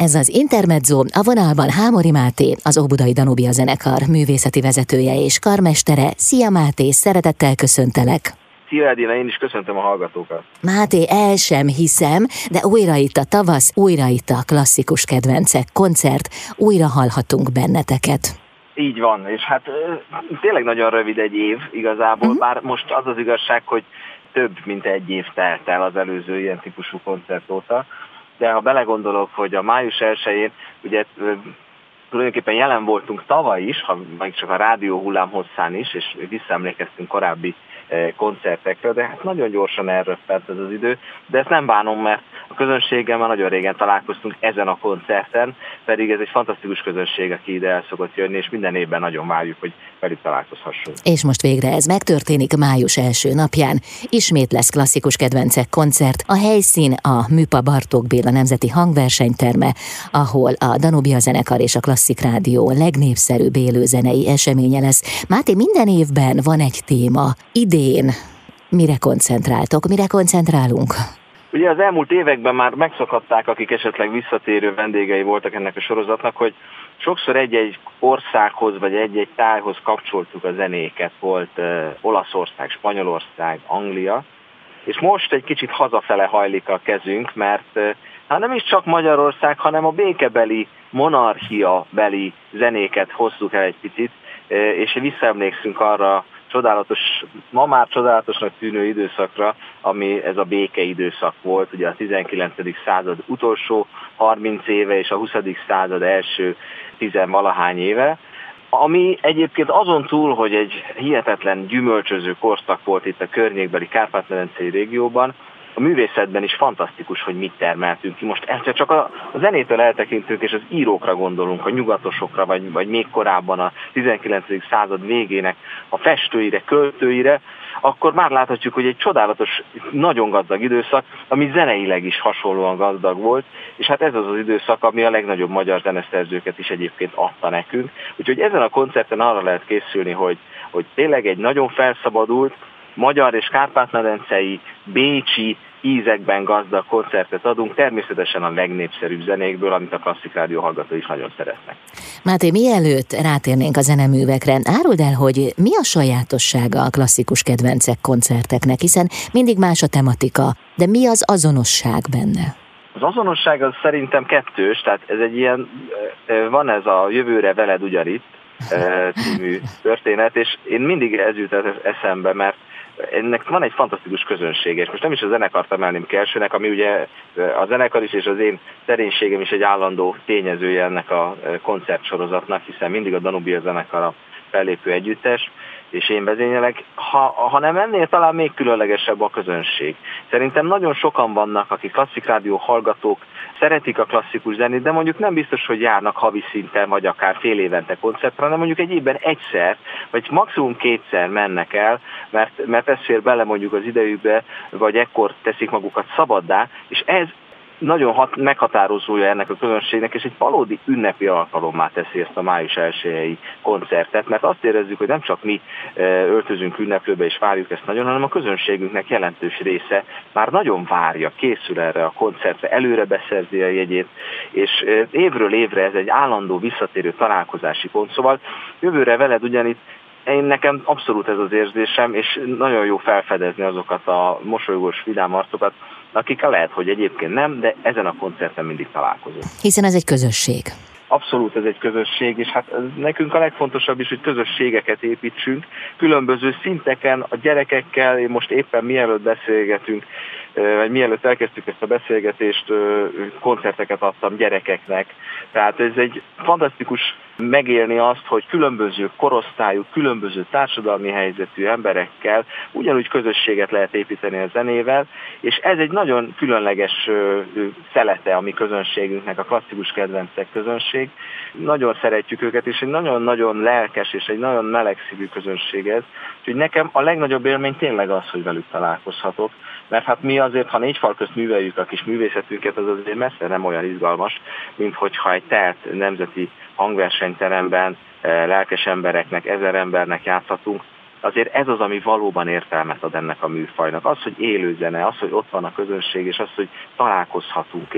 Ez az Intermezzo, a vonalban Hámori Máté, az Óbudai Danubia zenekar művészeti vezetője és karmestere. Szia Máté, szeretettel köszöntelek! Szia Edina, én is köszöntöm a hallgatókat. Máté, el sem hiszem, de újra itt a tavasz, újra itt a klasszikus kedvencek koncert, újra hallhatunk benneteket. Így van, és hát tényleg nagyon rövid egy év igazából, bár most az az igazság, hogy több mint egy év telt el az előző ilyen típusú koncert óta, de ha belegondolok, hogy a május 1-én ugye tulajdonképpen jelen voltunk tavaly is, ha meg csak a rádió hullámhosszán is, és visszaemlékeztünk korábbi koncertekre, de hát nagyon gyorsan elröppent ez az idő, de ezt nem bánom, mert a közönséggel már nagyon régen találkoztunk ezen a koncerten, pedig ez egy fantasztikus közönség, aki ide el szokott jönni, és minden évben nagyon várjuk, hogy velük találkozhassunk. És most végre ez megtörténik május 1. napján. Ismét lesz klasszikus kedvencek koncert. A helyszín a Műpa Bartók Béla Nemzeti Hangversenyterme, ahol a Danubia zenekar és a Klasszik Rádió legnépszerűbb élőzenei eseménye lesz. Máté, minden évben van egy téma. Idén mire koncentráltok, mire koncentrálunk? Ugye az elmúlt években már megszokhatták, akik esetleg visszatérő vendégei voltak ennek a sorozatnak, hogy sokszor egy-egy országhoz vagy egy-egy tájhoz kapcsoltuk a zenéket. Volt Olaszország, Spanyolország, Anglia, és most egy kicsit hazafele hajlik a kezünk, mert hát nem is csak Magyarország, hanem a békebeli, monarchiabeli zenéket hoztuk el egy picit, és visszaemlékszünk arra ma már csodálatosnak tűnő időszakra, ami ez a békeidőszak volt, ugye a 19. század utolsó 30 éve és a 20. század első 10-valahány éve, ami egyébként azon túl, hogy egy hihetetlen gyümölcsöző korszak volt itt a környékbeli Kárpát-medencei régióban, a művészetben is fantasztikus, hogy mit termeltünk ki. Most ezt csak a zenétől eltekintünk, és az írókra gondolunk, a nyugatosokra, vagy még korábban a 19. század végének a festőire, költőire, akkor már láthatjuk, hogy egy csodálatos, nagyon gazdag időszak, ami zeneileg is hasonlóan gazdag volt, és hát ez az az időszak, ami a legnagyobb magyar zeneszerzőket is egyébként adta nekünk. Úgyhogy ezen a koncerten arra lehet készülni, hogy tényleg egy nagyon felszabadult, magyar és kárpát-medencei, bécsi ízekben gazdag koncertet adunk, természetesen a legnépszerűbb zenékből, amit a Klasszik Rádió hallgatói is nagyon szeretnek. Máté, mielőtt rátérnénk a zeneművekre, áruld el, hogy mi a sajátossága a klasszikus kedvencek koncerteknek, hiszen mindig más a tematika, de mi az azonosság benne? Az azonosság az szerintem kettős, tehát ez egy ilyen, van ez a Jövőre veled ugyanitt című történet, és én mindig ez jut eszembe, mert ennek van egy fantasztikus közönsége, és most nem is a zenekart emelném ki elsőnek, ami ugye a zenekar is, és az én szerénységem is egy állandó tényezője ennek a koncertsorozatnak, hiszen mindig a Danubia zenekar a fellépő együttes, és én vezényelek, ha nem ennél talán még különlegesebb a közönség. Szerintem nagyon sokan vannak, akik Klasszik Rádió hallgatók, szeretik a klasszikus zenét, de mondjuk nem biztos, hogy járnak havi szinten, vagy akár fél évente koncertre, hanem mondjuk egy évben egyszer, vagy maximum kétszer mennek el, mert ez fér bele mondjuk az idejükbe, vagy ekkor teszik magukat szabaddá, és ez nagyon meghatározója ennek a közönségnek, és egy valódi ünnepi alkalommá teszi ezt a május 1-i koncertet, mert azt érezzük, hogy nem csak mi öltözünk ünneplőbe és várjuk ezt nagyon, hanem a közönségünknek jelentős része már nagyon várja, készül erre a koncertre, előre beszerzi a jegyét, és évről évre ez egy állandó visszatérő találkozási pont. Szóval jövőre veled ugyanitt nekem abszolút ez az érzésem, és nagyon jó felfedezni azokat a mosolygós, vidám arcokat, akik lehet, hogy egyébként nem, de ezen a koncerten mindig találkozunk. Hiszen ez egy közösség. Abszolút ez egy közösség, és hát nekünk a legfontosabb is, hogy közösségeket építsünk, különböző szinteken a gyerekekkel. Én most éppen mielőtt beszélgetünk, vagy mielőtt elkezdtük ezt a beszélgetést, koncerteket adtam gyerekeknek. Tehát ez egy fantasztikus megélni azt, hogy különböző korosztályú, különböző társadalmi helyzetű emberekkel ugyanúgy közösséget lehet építeni a zenével, és ez egy nagyon különleges szelete a mi közönségünknek, a klasszikus kedvencek közönség. Nagyon szeretjük őket, és egy nagyon-nagyon lelkes és egy nagyon melegszívű közönség ez. Úgyhogy nekem a legnagyobb élmény tényleg az, hogy velük találkozhatok, mert hát mi azért, ha négy fal közt műveljük a kis művészetünket, az azért messze nem olyan izgalmas, mint hogyha egy telt nemzeti hangversenyteremben lelkes embereknek, 1000 embernek játszhatunk. azért ez az, ami valóban értelmet ad ennek a műfajnak. Az, hogy élő zene, az, hogy ott van a közönség, és az, hogy találkozhatunk,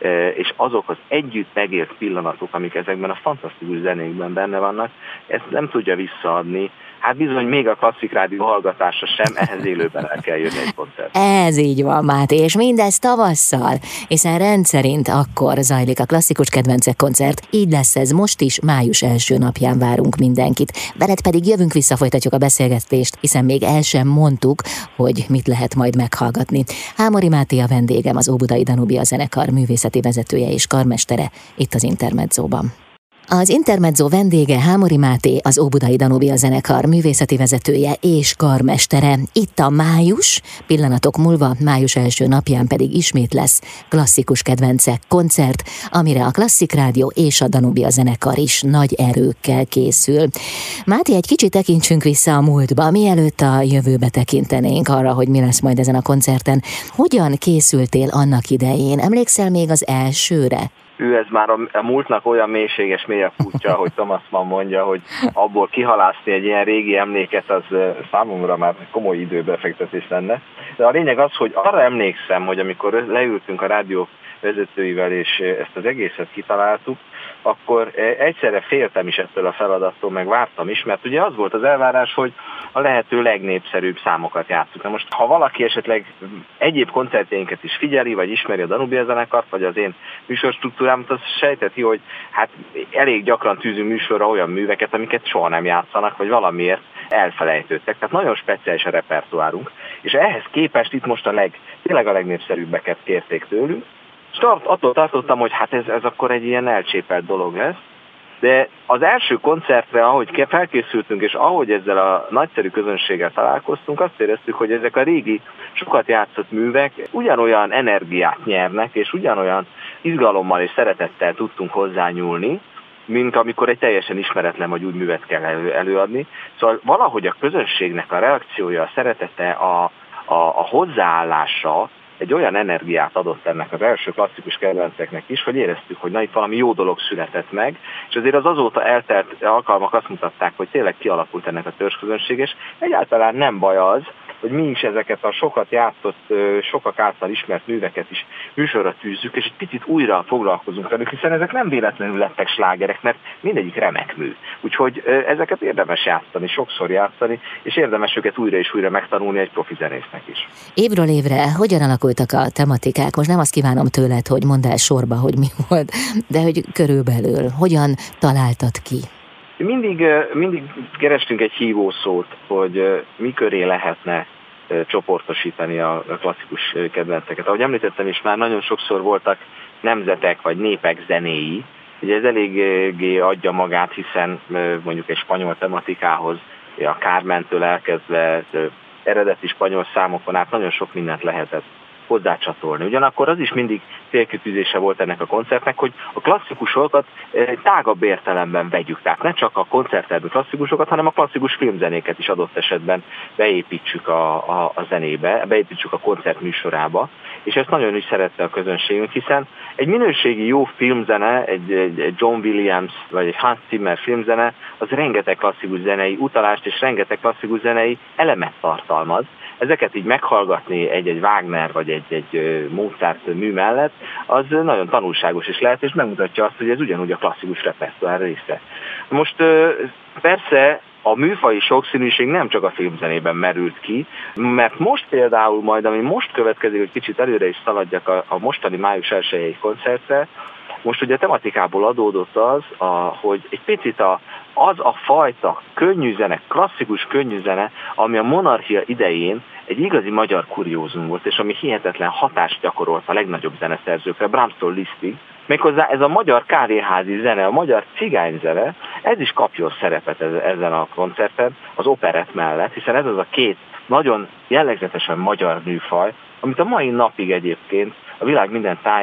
és azok az együtt megélt pillanatok, amik ezekben a fantasztikus zenékben benne vannak, ezt nem tudja visszaadni. Hát bizony még a klasszik rádió hallgatása sem, ehhez élőben el kell jönni egy koncert. Ez így van, Máté, és mindez tavasszal, hiszen rendszerint akkor zajlik a Klasszikus Kedvencek koncert, így lesz ez most is, május első napján várunk mindenkit. Veled pedig jövünk vissza, folytatjuk a beszélgetést, hiszen még el sem mondtuk, hogy mit lehet majd meghallgatni. Hámori Máté a vendégem, az Óbudai Danubia zenekar művészeti vezetője és karmestere itt az Intermedzóban. Az Intermezzo vendége Hámori Máté, az Óbudai Danubia zenekar művészeti vezetője és karmestere. Itt a május, pillanatok múlva, május első napján pedig ismét lesz Klasszikus Kedvencek koncert, amire a Klasszik Rádió és a Danubia zenekar is nagy erőkkel készül. Máté, egy kicsit tekintsünk vissza a múltba, mielőtt a jövőbe tekintenénk arra, hogy mi lesz majd ezen a koncerten. Hogyan készültél annak idején? Emlékszel még az elsőre? Ez már a múltnak olyan mélységes mély a kútja, hogy Thomas Mann mondja, hogy abból kihalászni egy ilyen régi emléket, az számomra már komoly időbefektetés lenne. De a lényeg az, hogy arra emlékszem, hogy amikor leültünk a rádió vezetőivel, és ezt az egészet kitaláltuk, akkor egyszerre féltem is ettől a feladattól, meg vártam is, mert ugye az volt az elvárás, hogy a lehető legnépszerűbb számokat játsszuk. Na most, ha valaki esetleg egyéb koncertjeinket is figyeli, vagy ismeri a Danubia zenekart, vagy az én műsorstruktúrámat, az sejteti, hogy hát elég gyakran tűzünk műsorra olyan műveket, amiket soha nem játszanak, vagy valamiért elfelejtődtek. Tehát nagyon speciális a repertoárunk, és ehhez képest itt most tényleg a legnépszerűbbeket kérték tőlünk, és attól tartottam, hogy hát ez akkor egy ilyen elcsépelt dolog lesz. De az első koncertre, ahogy felkészültünk, és ahogy ezzel a nagyszerű közönséggel találkoztunk, azt éreztük, hogy ezek a régi, sokat játszott művek ugyanolyan energiát nyernek, és ugyanolyan izgalommal és szeretettel tudtunk hozzányúlni, mint amikor egy teljesen ismeretlen vagy új művet kell előadni. Szóval valahogy a közönségnek a reakciója, a szeretete, a hozzáállása egy olyan energiát adott ennek az első klasszikus kedvenceknek is, hogy éreztük, hogy na, itt valami jó dolog született meg, és azért az azóta eltelt alkalmak azt mutatták, hogy tényleg kialakult ennek a törzsközönség, és egyáltalán nem baj az, hogy mi is ezeket a sokat játszott, sokak által ismert műveket is műsorra tűzzük, és egy picit újra foglalkozunk velük, hiszen ezek nem véletlenül lettek slágerek, mert mindegyik remek mű. Úgyhogy ezeket érdemes játszani, sokszor játszani, és érdemes őket újra és újra megtanulni egy profi zenésznek is. Évről évre hogyan alakultak a tematikák? Most nem azt kívánom tőled, hogy mondd el sorba, hogy mi volt, de hogy körülbelül hogyan találtad ki? Mindig kerestünk egy hívószót, hogy mi köré lehetne csoportosítani a klasszikus kedvenceket. Ahogy említettem is, már nagyon sokszor voltak nemzetek vagy népek zenéi. Ugye ez eléggé adja magát, hiszen mondjuk egy spanyol tematikához, a Carmentől elkezdve eredeti spanyol számokon át nagyon sok mindent lehetett hozzácsatolni. Ugyanakkor az is mindig célkitűzése volt ennek a koncertnek, hogy a klasszikusokat tágabb értelemben vegyük. Tehát ne csak a koncerttermi klasszikusokat, hanem a klasszikus filmzenéket is adott esetben beépítsük a zenébe, beépítsük a koncert műsorába, és ezt nagyon is szerette a közönségünk, hiszen egy minőségi jó filmzene, egy John Williams vagy egy Hans Zimmer filmzene, az rengeteg klasszikus zenei utalást és rengeteg klasszikus zenei elemet tartalmaz. Ezeket így meghallgatni egy Wagner vagy egy Mozart mű mellett, az nagyon tanulságos is lehet, és megmutatja azt, hogy ez ugyanúgy a klasszikus repertoár része. Most persze a műfaji sokszínűség nem csak a filmzenében merült ki, mert most például majd, ami most következik, hogy kicsit előre is szaladjak a mostani május 1-i koncertre, most ugye a tematikából adódott az, hogy egy picit az a fajta könnyű zene, klasszikus könnyű zene, ami a monarchia idején egy igazi magyar kuriózum volt, és ami hihetetlen hatást gyakorolt a legnagyobb zeneszerzőkre, Brahmstól Lisztig. Méghozzá ez a magyar kávéházi zene, a magyar cigányzene, ez is kapjon szerepet ezen a koncerten, az operett mellett, hiszen ez az a két nagyon jellegzetesen magyar műfaj, amit a mai napig egyébként a világ minden táján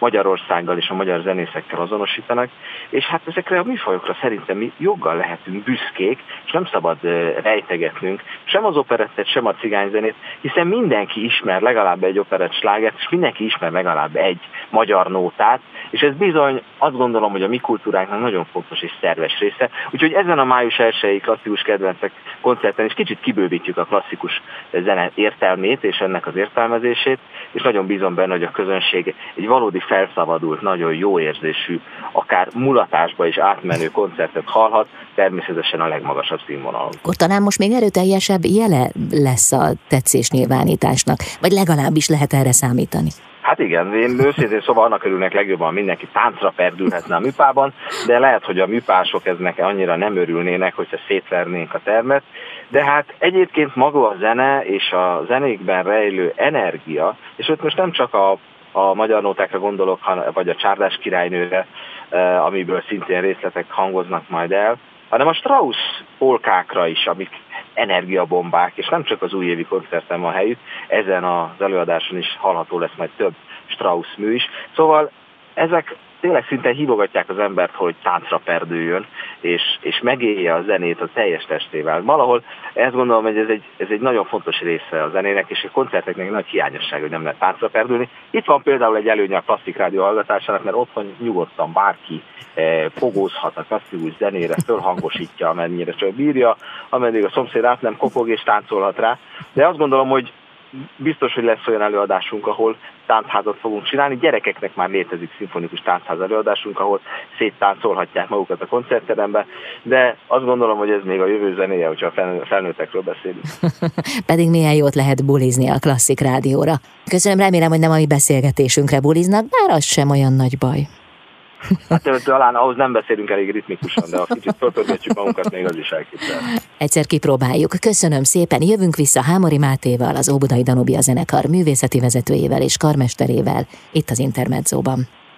Magyarországgal és a magyar zenészekkel azonosítanak, és hát ezekre a műfajokra szerintem mi joggal lehetünk büszkék, és nem szabad rejtegetnünk sem az operettet, sem a cigányzenét, hiszen mindenki ismer legalább egy operett slágert, és mindenki ismer legalább egy magyar nótát, és ez bizony azt gondolom, hogy a mi kultúránknak nagyon fontos és szerves része. Úgyhogy ezen a május 1-i klasszikus kedvencek koncerten is kicsit kibővítjük a klasszikus zene értelmét és ennek az értelmezését, és nagyon bízom benne, hogy a közönség egy valódi felszabadult, nagyon jó érzésű, akár mulatásba is átmenő koncertet hallhat, természetesen a legmagasabb színvonalon. Akkor talán most még erőteljesebb jele lesz a tetszésnyilvánításnak, vagy legalábbis lehet erre számítani? Hát igen, én őszintén szóval annak örülnek legjobban, mindenki táncra perdülhetne a műpában, de lehet, hogy a műpások eznek annyira nem örülnének, hogyha szétvernénk a termet. De hát egyébként maga a zene és a zenékben rejlő energia, és ott most nem csak a magyar nótákra gondolok, vagy a Csárdás királynőre, amiből szintén részletek hangoznak majd el, hanem a Strauss polkákra is, amik energiabombák, és nem csak az újévi koncerten van helyük, ezen az előadáson is hallható lesz majd több Strauss mű is. Szóval ezek tényleg szinte hívogatják az embert, hogy táncra perdüljön, és megélje a zenét a teljes testével. Valahol ezt gondolom, hogy ez egy nagyon fontos része a zenének, és a koncerteknek nagy hiányosság, hogy nem lehet táncra perdülni. Itt van például egy előnye a klasszik rádió hallgatásának, mert otthon nyugodtan bárki fogózhat a klasszikus zenére, fölhangosítja, amennyire csak bírja, ameddig a szomszéd át nem kopog és táncolhat rá. De azt gondolom, hogy biztos, hogy lesz olyan előadásunk, ahol táncházat fogunk csinálni. Gyerekeknek már létezik szimfonikus táncház előadásunk, ahol széttáncolhatják magukat a koncertterembe, de azt gondolom, hogy ez még a jövő zenéje, hogyha a felnőttekről beszélünk. Pedig milyen jót lehet bulizni a klasszik rádióra. Köszönöm, remélem, hogy nem a mi beszélgetésünkre buliznak, bár az sem olyan nagy baj. Hát talán ahhoz nem beszélünk elég ritmikusan, de ha kicsit fölpörgetjük magunkat, még az is elképzelhető. Egyszer kipróbáljuk. Köszönöm szépen, jövünk vissza Hámori Mátéval, az Óbudai Danubia zenekar művészeti vezetőjével és karmesterével itt az Intermedzóban.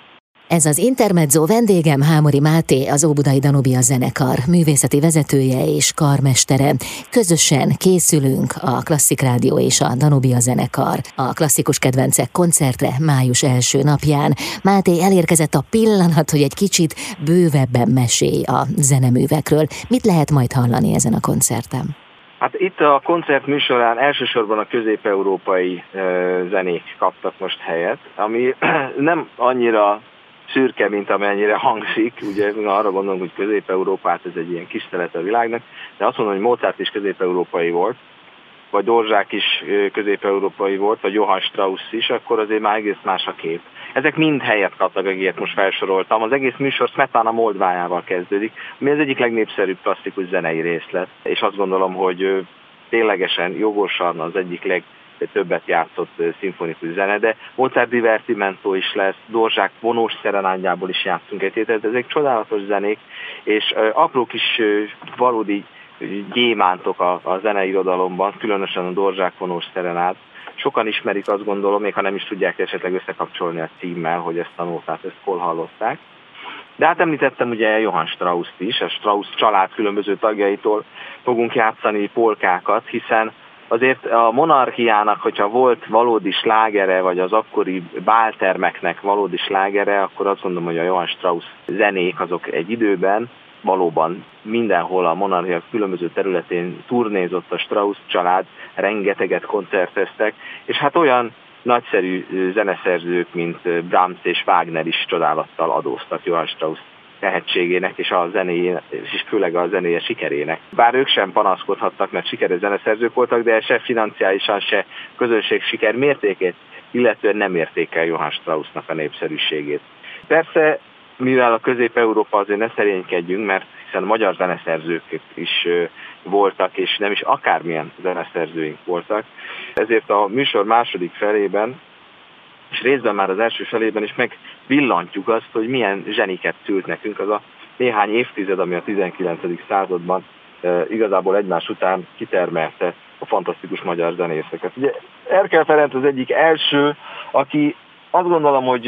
Ez az Intermezzo, vendégem Hámori Máté, az Óbudai Danubia zenekar művészeti vezetője és karmestere. Közösen készülünk a Klasszik Rádió és a Danubia zenekar a klasszikus kedvencek koncertre május 1. napján. Máté, elérkezett a pillanat, hogy egy kicsit bővebben mesélj a zeneművekről. Mit lehet majd hallani ezen a koncerten? Hát itt a koncert műsorán elsősorban a közép-európai zenék kaptak most helyet, ami nem annyira szürke, mint amennyire hangzik. Ugye arra gondolom, hogy Közép-Európát, ez egy ilyen kis terület a világnak, de azt mondom, hogy Mozart is közép-európai volt, vagy Dvořák is közép-európai volt, vagy Johann Strauss is, akkor azért már egész más a kép. Ezek mind helyet kaptak, akiket most felsoroltam. Az egész műsor Smetana Moldvájával kezdődik, ami az egyik legnépszerűbb klasszikus zenei részlet, és azt gondolom, hogy ténylegesen jogosan az egyik többet játszott szimfonikus zene, de Mozart Divertimento is lesz, Dvořák vonós szerenádjából is játszunk egy tételt, ezek csodálatos zenék, és apró kis valódi gyémántok a zeneirodalomban, különösen a Dvořák vonós szerenád. Sokan ismerik, azt gondolom, még ha nem is tudják esetleg összekapcsolni a címmel, hogy ezt a nótát, ezt hol hallották. De hát említettem ugye Johann Strausst is, a Strauss család különböző tagjaitól fogunk játszani polkákat, hiszen azért a monarchiának, hogyha volt valódi slágere, vagy az akkori báltermeknek valódi slágere, akkor azt gondolom, hogy a Johann Strauss zenék azok egy időben valóban mindenhol a monarchia különböző területén turnézott a Strauss család, rengeteget koncerteztek, és hát olyan nagyszerű zeneszerzők, mint Brahms és Wagner is csodálattal adóztak Johann Strauss tehetségének és a zenéjének, és főleg a zenéje sikerének. Bár ők sem panaszkodhattak, mert sikeres zeneszerzők voltak, de se financiálisan, se közönség siker mértékét, illetően nem értékel Johann Straussnak a népszerűségét. Persze, mivel a Közép-Európa, azért ne szerénykedjünk, mert hiszen a magyar zeneszerzők is voltak, és nem is akármilyen zeneszerzőink voltak. Ezért a műsor második felében, és részben már az első felében is megvillantjuk azt, hogy milyen zseniket szült nekünk az a néhány évtized, ami a 19. században igazából egymás után kitermelte a fantasztikus magyar zenészeket. Ugye Erkel Ferenc az egyik első, aki azt gondolom, hogy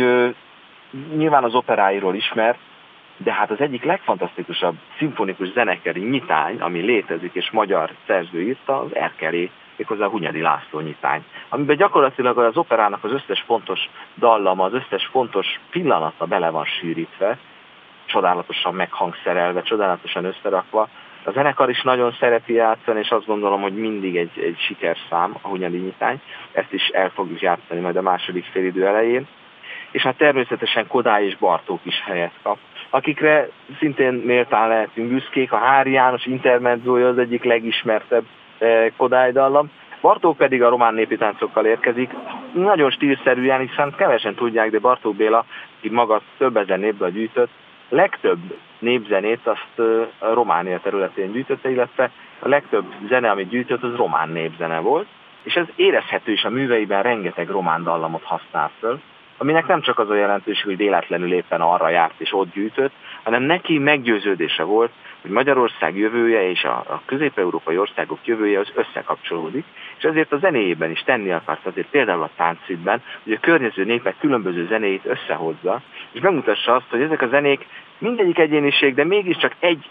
nyilván az operáiról ismert, de hát az egyik legfantasztikusabb szimfonikus zenekari nyitány, ami létezik és magyar szerző írta, az Erkelé méghozzá a Hunyadi László nyitány, amiben gyakorlatilag az operának az összes fontos dallama, az összes fontos pillanata bele van sűrítve, csodálatosan meghangszerelve, csodálatosan összerakva. A zenekar is nagyon szereti játszani, és azt gondolom, hogy mindig egy sikerszám a Hunyadi nyitány. Ezt is el fogjuk játszani majd a második félidő elején. És hát természetesen Kodály és Bartók is helyet kap, akikre szintén méltán lehetünk büszkék. A Hári János intermedzója az egyik legismertebb Kodály dallam. Bartók pedig a román népi táncokkal érkezik. Nagyon stílszerűen, hiszen kevesen tudják, de Bartók Béla, aki maga több ezer népből gyűjtött, legtöbb népzenét azt a Románia területén gyűjtötte, illetve a legtöbb zene, amit gyűjtött, az román népzene volt, és ez érezhető is a műveiben, rengeteg román dallamot használ föl, aminek nem csak az a jelentőség, hogy véletlenül éppen arra járt és ott gyűjtött, hanem neki meggyőződése volt, hogy Magyarország jövője és a közép-európai országok jövője az összekapcsolódik, és ezért a zenéjében is tenni akart azért például a táncszínben, hogy a környező népek különböző zenéit összehozza, és megmutassa azt, hogy ezek a zenék mindegyik egyéniség, de mégiscsak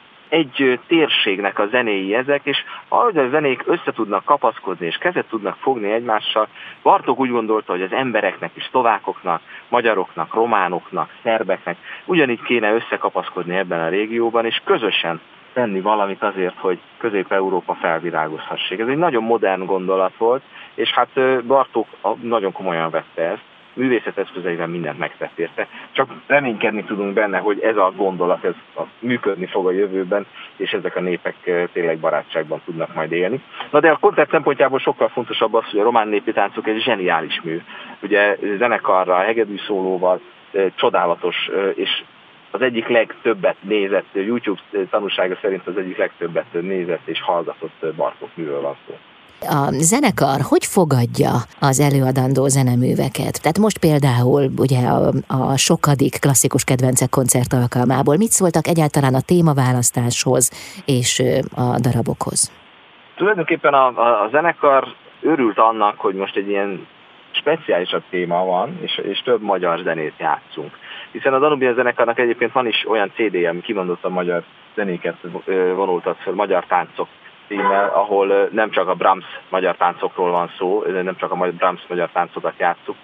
egy térségnek a zenéi ezek, és ahogy a zenék össze tudnak kapaszkodni és kezet tudnak fogni egymással, Bartók úgy gondolta, hogy az embereknek is, szlovákoknak, magyaroknak, románoknak, szerbeknek ugyanígy kéne összekapaszkodni ebben a régióban, és közösen tenni valamit azért, hogy Közép-Európa felvirágozhassék. Ez egy nagyon modern gondolat volt, és hát Bartók nagyon komolyan vette ezt, művészet eszközeivel mindent megtett érte. Csak reménykedni tudunk benne, hogy ez a gondolat ez működni fog a jövőben, és ezek a népek tényleg barátságban tudnak majd élni. Na de a koncert szempontjából sokkal fontosabb az, hogy a román népi táncok egy zseniális mű. Ugye zenekarral, hegedű szólóval, csodálatos, és az egyik legtöbbet nézett, YouTube tanúsága szerint az egyik legtöbbet nézett és hallgatott Bartók műről van szó. A zenekar hogy fogadja az előadandó zeneműveket? Tehát most például ugye a sokadik klasszikus kedvencek koncert alkalmából mit szóltak egyáltalán a témaválasztáshoz és a darabokhoz? Tulajdonképpen a zenekar örült annak, hogy most egy ilyen speciálisabb téma van, és több magyar zenét játszunk. Hiszen a Danubia zenekarnak egyébként van is olyan CD-je, ami kimondottan magyar zenéket vonultat fel, magyar táncok címmel, ahol nem csak a Brahms magyar táncokról van szó, nem csak a Brahms magyar táncokat játszuk,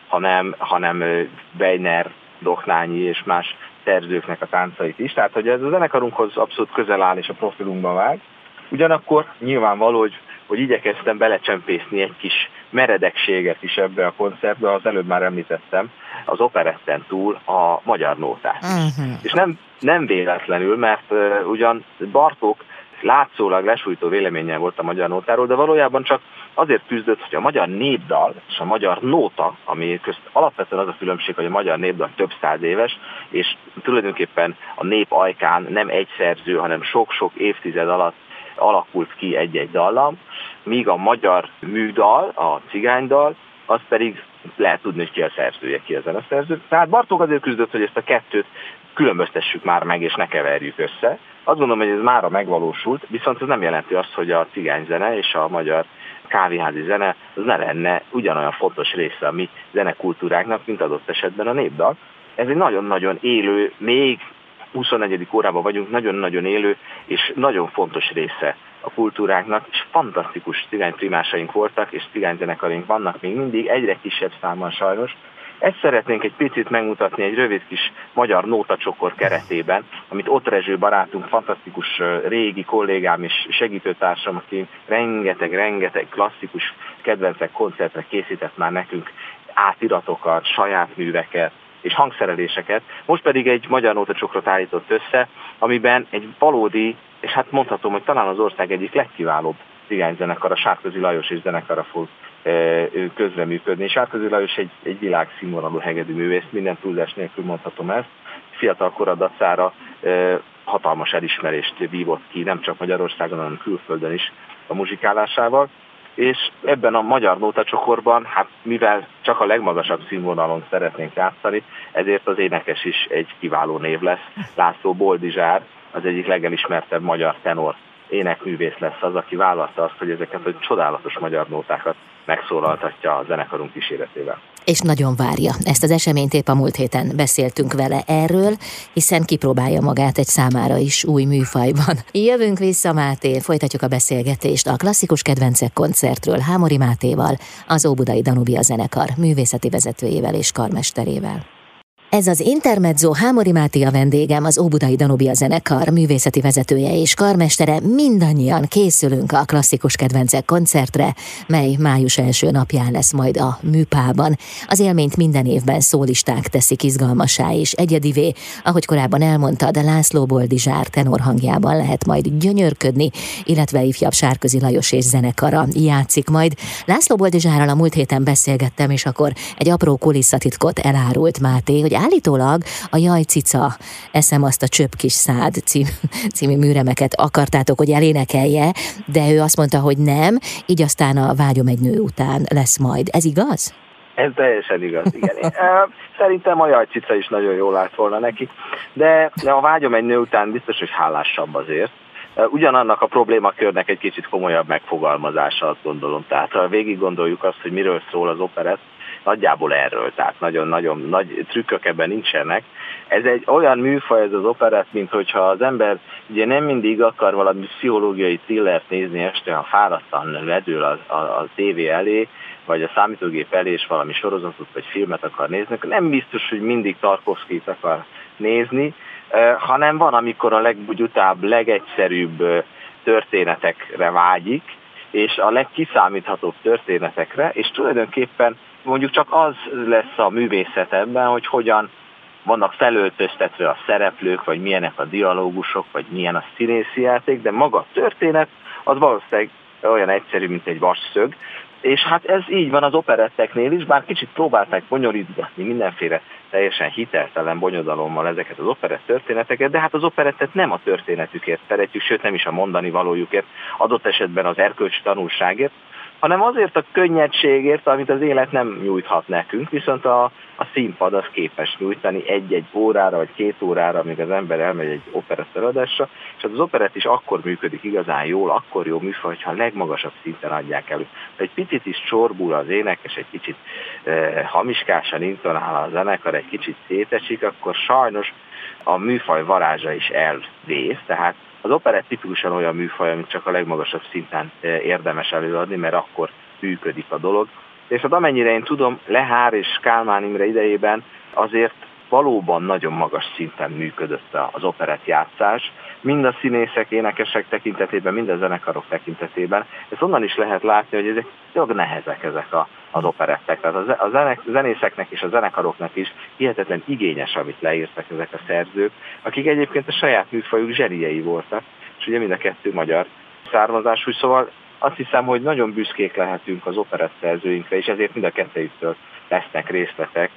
hanem Weiner, Doknányi és más szerzőknek a táncait is. Tehát, hogy ez a zenekarunkhoz abszolút közel áll és a profilunkban vág. Ugyanakkor nyilvánvaló, hogy igyekeztem belecsempészni egy kis meredekséget is ebbe a koncertbe, az előbb már említettem, az operetten túl a magyar nótát. És nem véletlenül, mert ugyan Bartók látszólag lesújtó véleménnyel volt a magyar nótáról, de valójában csak azért küzdött, hogy a magyar népdal és a magyar nóta, ami közt alapvetően az a különbség, hogy a magyar népdal több száz éves, és tulajdonképpen a nép ajkán nem egy szerző, hanem sok-sok évtized alatt alakult ki egy-egy dallam, míg a magyar műdal, a cigánydal, az pedig lehet tudni, hogy ki a szerzője, ki a zeneszerző. Tehát Bartók azért küzdött, hogy ezt a kettőt különböztessük már meg, és ne keverjük össze. Azt gondolom, hogy ez mára megvalósult, viszont ez nem jelenti azt, hogy a cigányzene és a magyar kávéházi zene az ne lenne ugyanolyan fontos része a mi zenekultúráknak, mint adott esetben a népdal. Ez egy nagyon-nagyon élő, még 24. órában vagyunk, nagyon-nagyon élő és nagyon fontos része a kultúráknak, és fantasztikus cigányprimásaink voltak, és cigányzenekaring vannak még mindig, egyre kisebb számban sajnos. Ezt szeretnénk egy picit megmutatni egy rövid kis magyar nótacsokor keretében, amit Ott Rezső barátunk, fantasztikus régi kollégám és segítőtársam, aki rengeteg klasszikus kedvencek koncertre készített már nekünk átiratokat, saját műveket és hangszereléseket. Most pedig egy magyar nótacsokrot állított össze, amiben egy valódi, és hát mondhatom, hogy talán az ország egyik legkiválóbb cigányzenekara, Sárközi Lajos és zenekara fog közreműködni. Sárközi Lajos egy világszínvonalú hegedűművész, minden túlzás nélkül mondhatom ezt. Fiatal kora dacára hatalmas elismerést vívott ki, nem csak Magyarországon, hanem külföldön is a muzsikálásával. És ebben a magyar nótacsokorban, hát mivel csak a legmagasabb színvonalon szeretnénk játszani, ezért az énekes is egy kiváló név lesz. László Boldizsár, az egyik legelismertebb magyar tenor énekművész lesz az, aki vállalta azt, hogy ezeket a csodálatos magyar nótákat megszólaltatja a zenekarunk kíséretével. És nagyon várja. Ezt az eseményt épp a múlt héten beszéltünk vele erről, hiszen kipróbálja magát egy számára is új műfajban. Jövünk vissza, Máté, folytatjuk a beszélgetést a klasszikus kedvencek koncertről Hámori Mátéval, az Óbudai Danubia zenekar művészeti vezetőjével és karmesterével. Ez az Intermezzo, Hámori Máté a vendégem, az Óbudai Danubia zenekar művészeti vezetője és karmestere. Mindannyian készülünk a klasszikus kedvencek koncertre, mely május első napján lesz majd a Műpában. Az élményt minden évben szólisták teszik izgalmassá és egyedivé. Ahogy korábban elmondtad, László Boldizsár tenorhangjában lehet majd gyönyörködni, illetve ifjabb Sárközi Lajos és zenekara játszik majd. László Boldizsárral a múlt héten beszélgettem, és akkor egy apró kulisszatitkot elárult Máté, hogy állítólag a Jaj cica, eszem azt a Csöpp kis szád című műremeket akartátok, hogy elénekelje, de ő azt mondta, hogy nem, így aztán a Vágyom egy nő után lesz majd. Ez igaz? Ez teljesen igaz, igen. Szerintem a Jaj cica is nagyon jól állt volna neki, de a Vágyom egy nő után biztos, hogy hálásabb azért. Ugyanannak a problémakörnek egy kicsit komolyabb megfogalmazása, azt gondolom. Tehát ha végig gondoljuk azt, hogy miről szól az operett, nagyjából erről, tehát nagyon-nagyon nagy trükkök ebben nincsenek. Ez egy olyan műfaj, ez az operett, mint hogyha az ember ugye nem mindig akar valami pszichológiai thrillert nézni este, ha fáradtan ledől a tévé elé, vagy a számítógép elé, és valami sorozatot vagy filmet akar nézni, nem biztos, hogy mindig Tarkovszkijt akar nézni, hanem van, amikor a legbugyutább, legegyszerűbb történetekre vágyik, és a legkiszámíthatóbb történetekre, és tulajdonképpen mondjuk csak az lesz a művészet ebben, hogy hogyan vannak felöltöztetve a szereplők, vagy milyenek a dialógusok, vagy milyen a színészi játék, de maga a történet az valószínűleg olyan egyszerű, mint egy vasszög. És hát ez így van az operetteknél is, bár kicsit próbálták bonyolítgatni mindenféle teljesen hiteltelen bonyodalommal ezeket az operett történeteket, de hát az operettet nem a történetükért szeretjük, sőt nem is a mondani valójukért, adott esetben az erkölcsi tanulságért, hanem azért a könnyedségért, amit az élet nem nyújthat nekünk, viszont a színpad az képes nyújtani egy-egy órára vagy 2 órára, amíg az ember elmegy egy operett előadásra, és az operett is akkor működik igazán jól, akkor jó műfaj, hogyha a legmagasabb szinten adják elő. Egy picit is csorbul az énekes, egy kicsit hamiskásan intonál a zenekar, egy kicsit szétesik, akkor sajnos a műfaj varázsa is elvész, tehát az operett tipikusan olyan műfaj, amit csak a legmagasabb szinten érdemes előadni, mert akkor működik a dolog. És hát amennyire én tudom, Lehár és Kálmán Imre idejében azért valóban nagyon magas szinten működött az operett játszás, mind a színészek, énekesek tekintetében, mind a zenekarok tekintetében. Ezt onnan is lehet látni, hogy ezek nagyon nehezek ezek az operettek. Tehát a zenészeknek és a zenekaroknak is hihetetlen igényes, amit leírtak ezek a szerzők, akik egyébként a saját műfajuk zseniei voltak, és ugye mind a kettő magyar származású, szóval azt hiszem, hogy nagyon büszkék lehetünk az operett szerzőinkre, és ezért mind a kettőjüktől lesznek részletek.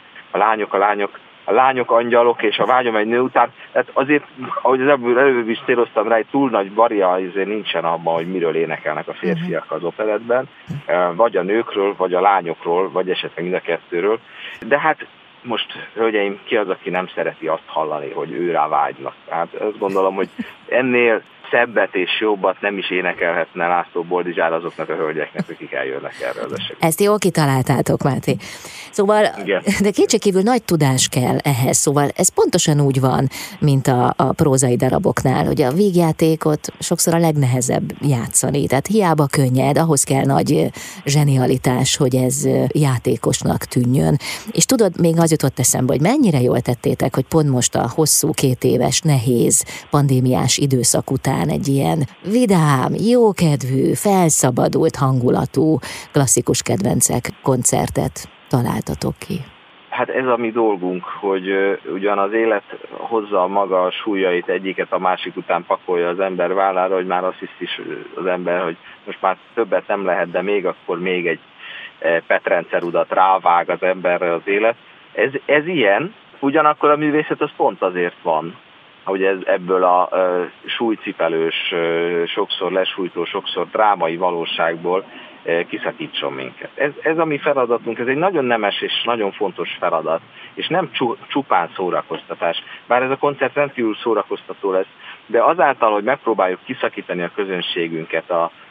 A lányok angyalok és a Vágyom egy nő után, tehát azért, ahogy az előbb is céloztam rá, egy túl nagy baria azért nincsen abban, hogy miről énekelnek a férfiak az operettben, vagy a nőkről, vagy a lányokról, vagy esetleg mind a kettőről. De hát most, hölgyeim, ki az, aki nem szereti azt hallani, hogy őrá vágynak? Hát azt gondolom, hogy ennél szebbet és jobbat nem is énekelhetne László Boldizsár azoknak a hölgyeknek, akik eljönnek erre az esetre. Ezt jól kitaláltátok, Máté. Szóval, igen. De kétségkívül nagy tudás kell ehhez, szóval ez pontosan úgy van, mint a prózai daraboknál, hogy a vígjátékot sokszor a legnehezebb játszani, tehát hiába könnyed, ahhoz kell nagy zsenialitás, hogy ez játékosnak tűnjön. És tudod, még az jutott eszembe, hogy mennyire jól tettétek, hogy pont most a hosszú 2 éves, nehéz pandémiás időszak után egy ilyen vidám, jókedvű, felszabadult hangulatú klasszikus kedvencek koncertet találtatok ki. Hát ez a mi dolgunk, hogy ugyan az élet hozza maga a súlyait, egyiket a másik után pakolja az ember vállára, hogy már azt hiszi az ember, hogy most már többet nem lehet, de akkor még egy petrendszerudat rávág az emberre az élet. Ez ilyen, ugyanakkor a művészet az pont azért van, hogy ebből a súlycipelős, sokszor lesújtó, sokszor drámai valóságból kiszakítson minket. Ez a mi feladatunk, ez egy nagyon nemes és nagyon fontos feladat, és nem csupán szórakoztatás. Bár ez a koncert rendkívül szórakoztató lesz, de azáltal, hogy megpróbáljuk kiszakítani a közönségünket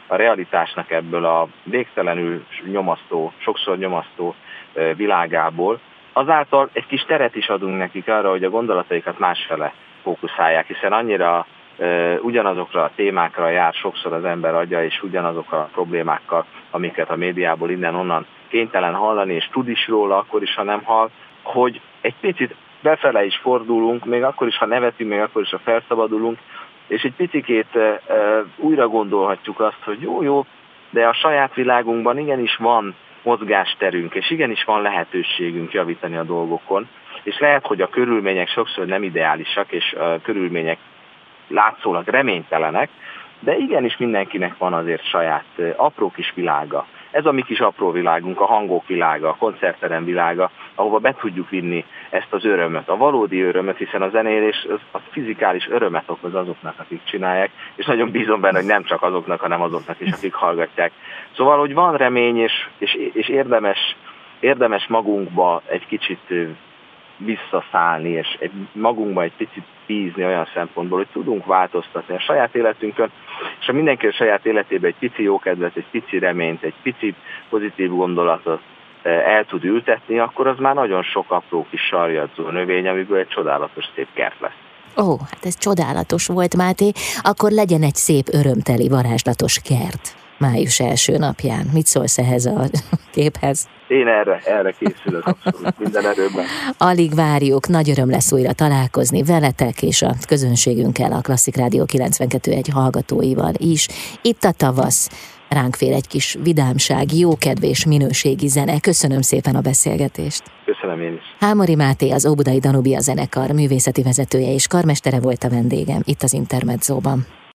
a realitásnak ebből a végtelenül nyomasztó, sokszor nyomasztó világából, azáltal egy kis teret is adunk nekik arra, hogy a gondolataikat másfele fókuszálják, hiszen annyira ugyanazokra a témákra jár sokszor az ember agya, és ugyanazokkal a problémákkal, amiket a médiából innen-onnan kénytelen hallani, és tud is róla, akkor is, ha nem hall, hogy egy picit befele is fordulunk, még akkor is, ha nevetünk, még akkor is, ha felszabadulunk, és egy picikét újra gondolhatjuk azt, hogy jó, de a saját világunkban igenis van mozgásterünk, és igenis van lehetőségünk javítani a dolgokon, és lehet, hogy a körülmények sokszor nem ideálisak, és a körülmények látszólag reménytelenek, de igenis mindenkinek van azért saját apró kis világa. Ez a mi kis apró világunk, a hangok világa, a koncertterem világa, ahova be tudjuk vinni ezt az örömöt, a valódi örömöt, hiszen a zenélés az fizikális örömet okoz azoknak, akik csinálják, és nagyon bízom benne, hogy nem csak azoknak, hanem azoknak is, akik hallgatják. Szóval, hogy van remény, és érdemes magunkba egy kicsit visszaszállni, és magunkba egy picit bízni olyan szempontból, hogy tudunk változtatni a saját életünkön, és ha mindenki a saját életében egy pici jókedvet, egy pici reményt, egy pici pozitív gondolatot el tud ültetni, akkor az már nagyon sok apró kis sarjadzó növény, amiből egy csodálatos szép kert lesz. Ó, hát ez csodálatos volt, Máté. Akkor legyen egy szép, örömteli, varázslatos kert május első napján. Mit szólsz ehhez a képhez? Én erre készülök abszolút minden erőben. Alig várjuk, nagy öröm lesz újra találkozni veletek és a közönségünkkel, a Klasszik Rádió 92.1 hallgatóival is. Itt a tavasz, ránk fér egy kis vidámság, jókedv és minőségi zene. Köszönöm szépen a beszélgetést. Köszönöm én is. Hámori Máté, az Óbudai Danubia zenekar művészeti vezetője és karmestere volt a vendégem itt az Intermedzóban.